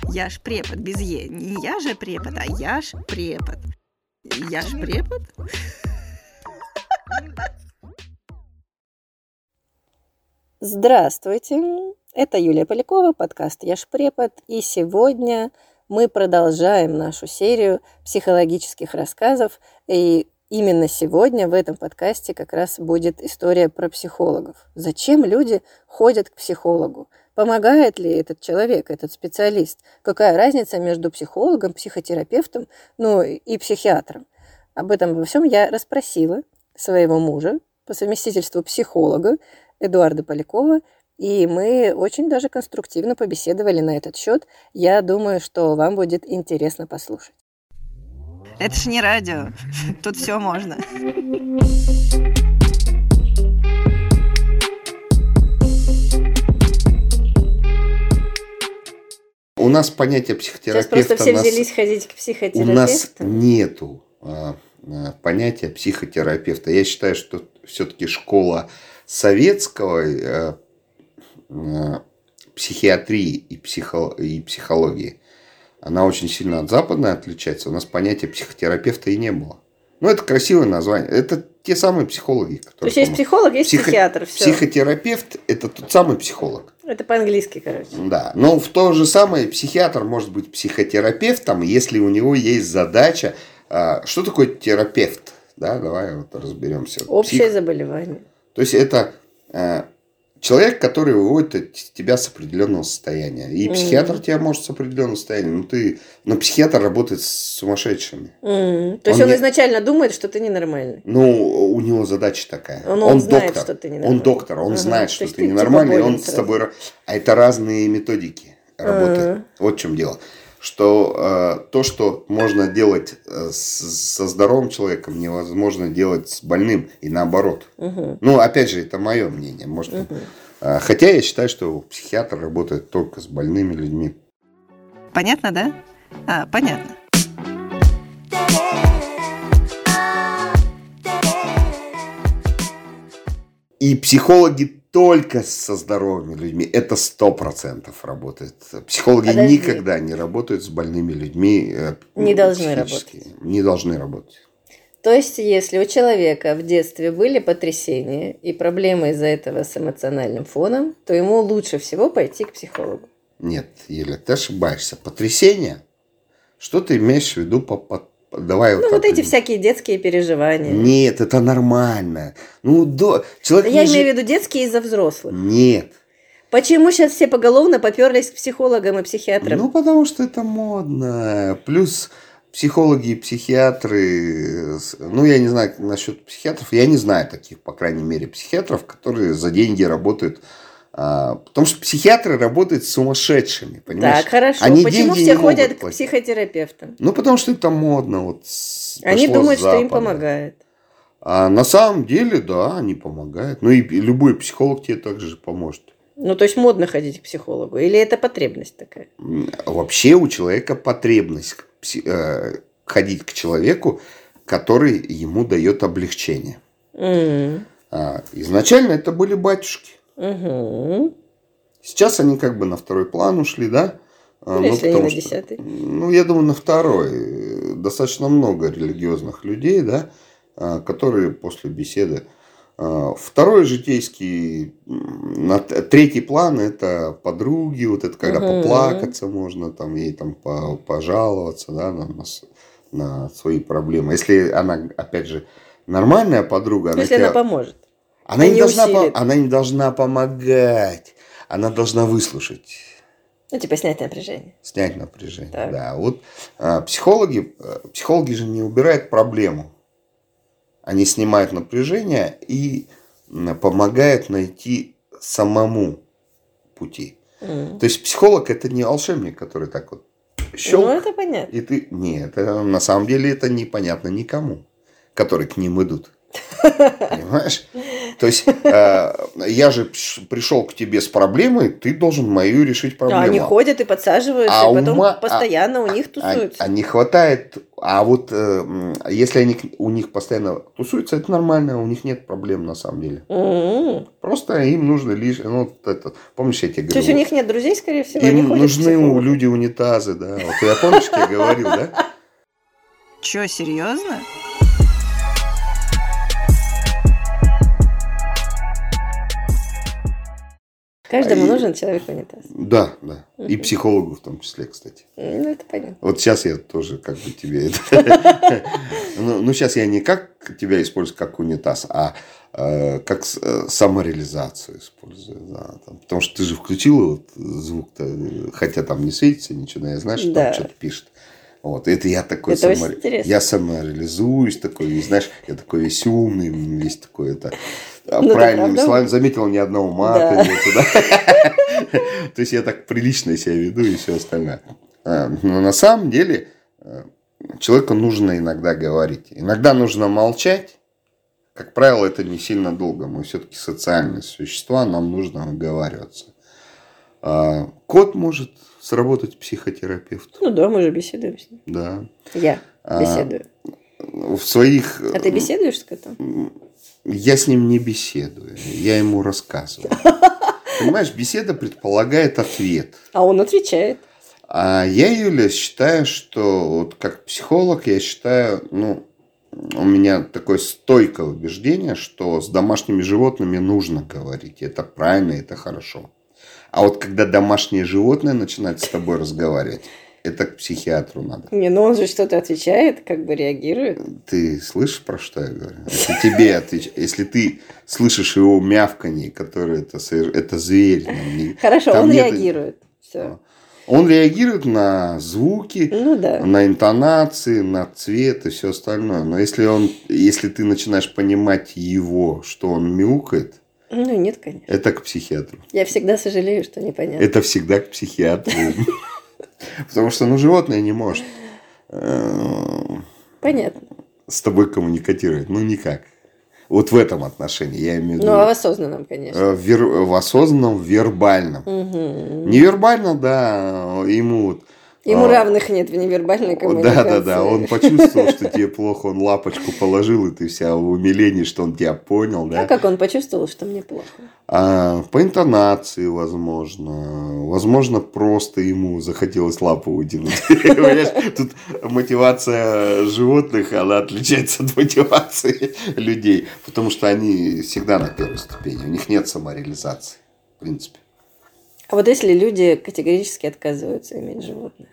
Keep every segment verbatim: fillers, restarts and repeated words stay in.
Я ж препод без Е. Не я же препод, а я ж препод. Я ж препод? Здравствуйте, это Юлия Полякова, подкаст «Я ж препод», и сегодня мы продолжаем нашу серию психологических рассказов, и именно сегодня в этом подкасте как раз будет история про психологов. Зачем люди ходят к психологу? Помогает ли этот человек, этот специалист? Какая разница между психологом, психотерапевтом, ну и психиатром? Об этом во всем я расспросила своего мужа, по совместительству психолога, Эдуарда Полякова, и мы очень даже конструктивно побеседовали на этот счет. Я думаю, что вам будет интересно послушать. Это ж не радио, тут все можно. У нас понятие психотерапевта... Сейчас просто все нас... взялись ходить к психотерапевту. У нас нету а, а, понятия психотерапевта. Я считаю, что все-таки школа советского а, а, психиатрии и, психо... и психологии, она очень сильно от западной отличается. У нас понятия психотерапевта и не было. Ну, это красивое название. Это те самые психологи, которые... То есть есть психолог, есть Психо... психиатр. Все. Психотерапевт – это тот самый психолог. Это по-английски, короче. Да, но в то же самое психиатр может быть психотерапевтом, если у него есть задача. Что такое терапевт? Да, давай вот разберемся. Общее Псих... заболевание. То есть это человек, который выводит тебя с определенного состояния. И mm. психиатр тебя может с определенного состояния. Но, ты... но психиатр работает с сумасшедшими. Mm. То есть он, он не... изначально думает, что ты ненормальный. Ну, у него задача такая. Он, он, он знает, доктор. Что ты ненормальный. Он доктор, он ага. знает, что ты, ты ненормальный, типа и он с тобой... А это разные методики работы. Mm. Вот в чем дело. Что э, то, что можно делать э, с, со здоровым человеком, невозможно делать с больным. И наоборот. Uh-huh. Ну, опять же, это мое мнение. Может, uh-huh. э, хотя я считаю, что психиатр работает только с больными людьми. Понятно, да? А, понятно. И психологи только со здоровыми людьми. Это сто процентов работает. Психологи Подожди. никогда не работают с больными людьми. Не должны работать. Не должны работать. То есть, если у человека в детстве были потрясения и проблемы из-за этого с эмоциональным фоном, то ему лучше всего пойти к психологу. Нет, Еля, ты ошибаешься. Потрясение? Что ты имеешь в виду по под Давай ну, вот, вот эти всякие детские переживания. Нет, это нормально. Ну, до... Человек Я не имею ж... в виду детские из-за взрослых. Нет. Почему сейчас все поголовно поперлись к психологам и психиатрам? Ну, потому что это модно. Плюс психологи и психиатры... Ну, я не знаю насчет психиатров. Я не знаю таких, по крайней мере, психиатров, которые за деньги работают... Потому что психиатры работают с сумасшедшими, понимаешь? Так, хорошо. Они Почему все ходят к психотерапевтам? Ну, потому что это модно. Вот, они думают, что им помогает. А на самом деле, да, они помогают. Ну, и любой психолог тебе также поможет. Ну, то есть, модно ходить к психологу? Или это потребность такая? Вообще у человека потребность ходить к человеку, который ему дает облегчение. Mm. Изначально это были батюшки. Угу. Сейчас они как бы на второй план ушли, да? Ну, ну если не на десятый. Ну, я думаю, на второй. Достаточно много религиозных людей, да, которые после беседы. Второй житейский, на третий план это подруги, вот это когда угу. поплакаться можно, там ей там пожаловаться, да, на, на свои проблемы. Если она, опять же, нормальная подруга, она если тебя... она поможет. Она не, должна, она не должна помогать, она должна выслушать. Ну, типа снять напряжение. Снять напряжение, так. да. Вот а, психологи, психологи же не убирают проблему. Они снимают напряжение и помогают найти самому пути. Mm. То есть психолог это не волшебник, который так вот щелк. Ну, это понятно. И ты... Нет, это, на самом деле это непонятно никому, которые к ним идут. Понимаешь? То есть, э, я же пришел к тебе с проблемой, ты должен мою решить проблему. А они ходят и подсаживаются, а и потом ума... постоянно а, у них тусуются. А, а не хватает... А вот э, если они у них постоянно тусуются, это нормально, у них нет проблем на самом деле. Mm-hmm. Просто им нужно лишь... Ну, это, помнишь, я тебе говорил? То есть у них нет друзей, скорее всего, им они ходят нужны к психологу. люди унитазы, да. Вот я, помнишь, тебе говорил, да? Чё, серьезно? Каждому И- нужен человек-унитаз. Да, да. И Мгм. психологу в том числе, кстати. Ну, это понятно. Вот сейчас я тоже как бы тебе это... Ну, ну, сейчас я не как тебя использую как унитаз, а э, как с- э, самореализацию использую. Да, там. Потому что ты же включила вот звук-то, э, хотя там не светится ничего, но я знаю, что Да. там что-то пишет. Вот, это я такой Это очень саморе- интересно. я самореализуюсь, такой, и, знаешь, я такой весь умный, весь такой это а, Ну, ты правильными правда словами умный. заметил, ни одного мата Да. нету, да. То есть я так прилично себя веду и все остальное. А, Но на самом деле э, человеку нужно иногда говорить. Иногда нужно молчать. Как правило, это не сильно долго. Мы все-таки социальные существа, нам нужно выговариваться. А, Кот может сработать психотерапевт. Ну да, мы же беседуем с ним. Да. Я А, беседую. В своих... А ты беседуешь с котом? Я с ним не беседую. Я ему рассказываю. Понимаешь, беседа предполагает ответ. А он отвечает. А я, Юля, считаю, что вот как психолог, я считаю, ну, у меня такое стойкое убеждение, что с домашними животными нужно говорить. Это правильно, это хорошо. А вот когда домашнее животное начинает с тобой разговаривать, это к психиатру надо. Не, ну он же что-то отвечает, как бы реагирует. Ты слышишь, про что я говорю? Если тебе отвеч... если ты слышишь его мявканье, которое это, совер- это зверь. там не- Хорошо, там он нет- реагирует. Все. Он реагирует на звуки, Ну да. на интонации, на цвет и все остальное. Но если он, если ты начинаешь понимать его, что он мяукает, Ну нет, конечно. это к психиатру. Я всегда сожалею, что непонятно. Это всегда к психиатру. Потому что, ну, животное не может э, Понятно. с тобой коммуникатировать. Ну, никак. Вот в этом отношении, я имею в виду. Ну, а в осознанном, конечно. э, в, вер- в осознанном, вербальном. Мгм. Невербально, да, ему вот. Ему а, равных нет в невербальной коммуникации. Да, да, да. Он почувствовал, что тебе плохо, он лапочку положил, и ты вся в умилении, что он тебя понял, А да. как он почувствовал, что мне плохо? А, по интонации, возможно. Возможно, просто ему захотелось лапу вытянуть. Понимаешь, тут мотивация животных, она отличается от мотивации людей. Потому что они всегда на первой ступени. У них нет самореализации, в принципе. А вот если люди категорически отказываются иметь животных,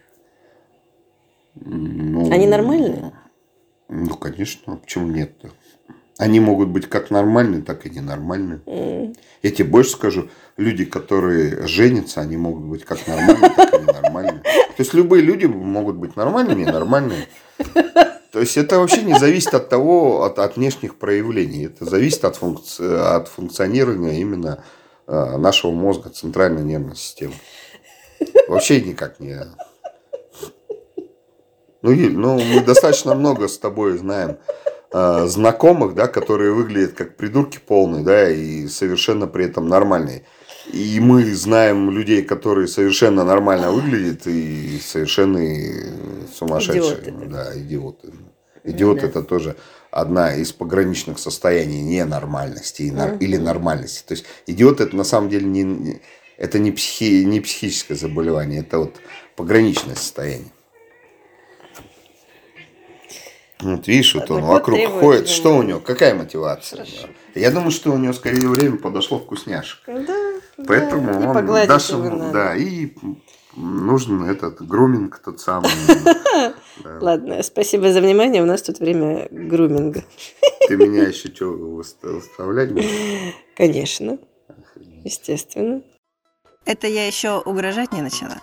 Ну, они нормальные? Ну, конечно. Почему нет-то? Они могут быть как нормальные, так и ненормальные. М. Я тебе больше скажу. Люди, которые женятся, они могут быть как нормальные, так и ненормальные. То есть, любые люди могут быть нормальными и нормальными. То есть, это вообще не зависит от того, от, от внешних проявлений. Это зависит от, функци- от функционирования именно э, нашего мозга, центральной нервной системы. Вообще никак не... Ну, Юль, ну, мы достаточно много с тобой знаем э, знакомых, да, которые выглядят как придурки полные, да, и совершенно при этом нормальные. И мы знаем людей, которые совершенно нормально выглядят и совершенно сумасшедшие. Идиоты, да. Да, идиоты. Идиот Ну да. это тоже одна из пограничных состояний ненормальности и нар- Мгм. или нормальности. То есть идиот это на самом деле не, не- это не, психи, не психическое заболевание, это вот пограничное состояние. Вот видишь, вот он Ладно, вокруг кот требует ходит. Что у внимания. него? Какая мотивация? у Хорошо. него? Я думаю, что у него скорее время подошло вкусняшек. Да, Поэтому да, и он погладить дашь его ему, надо. да, и нужен этот груминг тот самый. Да. Ладно, спасибо за внимание. У нас тут время груминга. Ты меня еще что выставлять будешь? Конечно, естественно. Это я еще угрожать не начала.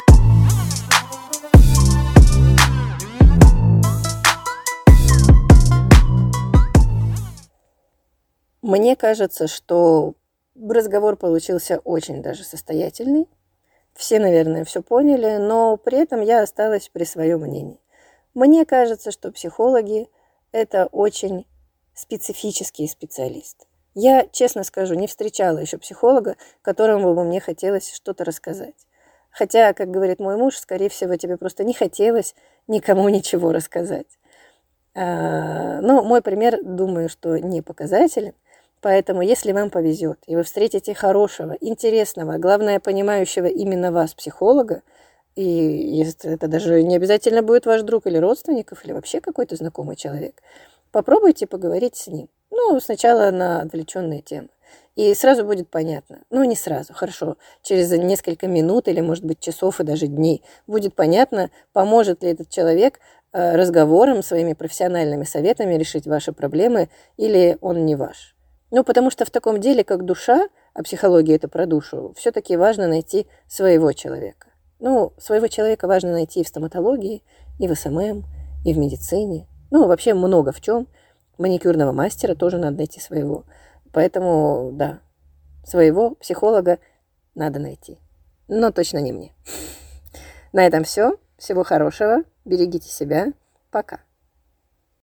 Мне кажется, что разговор получился очень даже состоятельный. Все, наверное, все поняли, но при этом я осталась при своем мнении. Мне кажется, что психологи – это очень специфические специалисты. Я, честно скажу, не встречала еще психолога, которому бы мне хотелось что-то рассказать. Хотя, как говорит мой муж, скорее всего, тебе просто не хотелось никому ничего рассказать. Но мой пример, думаю, что не показателен. Поэтому, если вам повезет, и вы встретите хорошего, интересного, главное, понимающего именно вас психолога, и если это даже не обязательно будет ваш друг или родственников, или вообще какой-то знакомый человек, попробуйте поговорить с ним. Ну, сначала на отвлеченные темы. И сразу будет понятно. Ну, не сразу, хорошо. Через несколько минут или, может быть, часов и даже дней будет понятно, поможет ли этот человек разговором, своими профессиональными советами решить ваши проблемы, или он не ваш. Ну, потому что в таком деле, как душа, а психология это про душу, все-таки важно найти своего человека. Ну, своего человека важно найти и в стоматологии, и в эс эм эм, и в медицине. Ну, вообще много в чем. Маникюрного мастера тоже надо найти своего. Поэтому, да, своего психолога надо найти. Но точно не мне. На этом все. Всего хорошего. Берегите себя. Пока.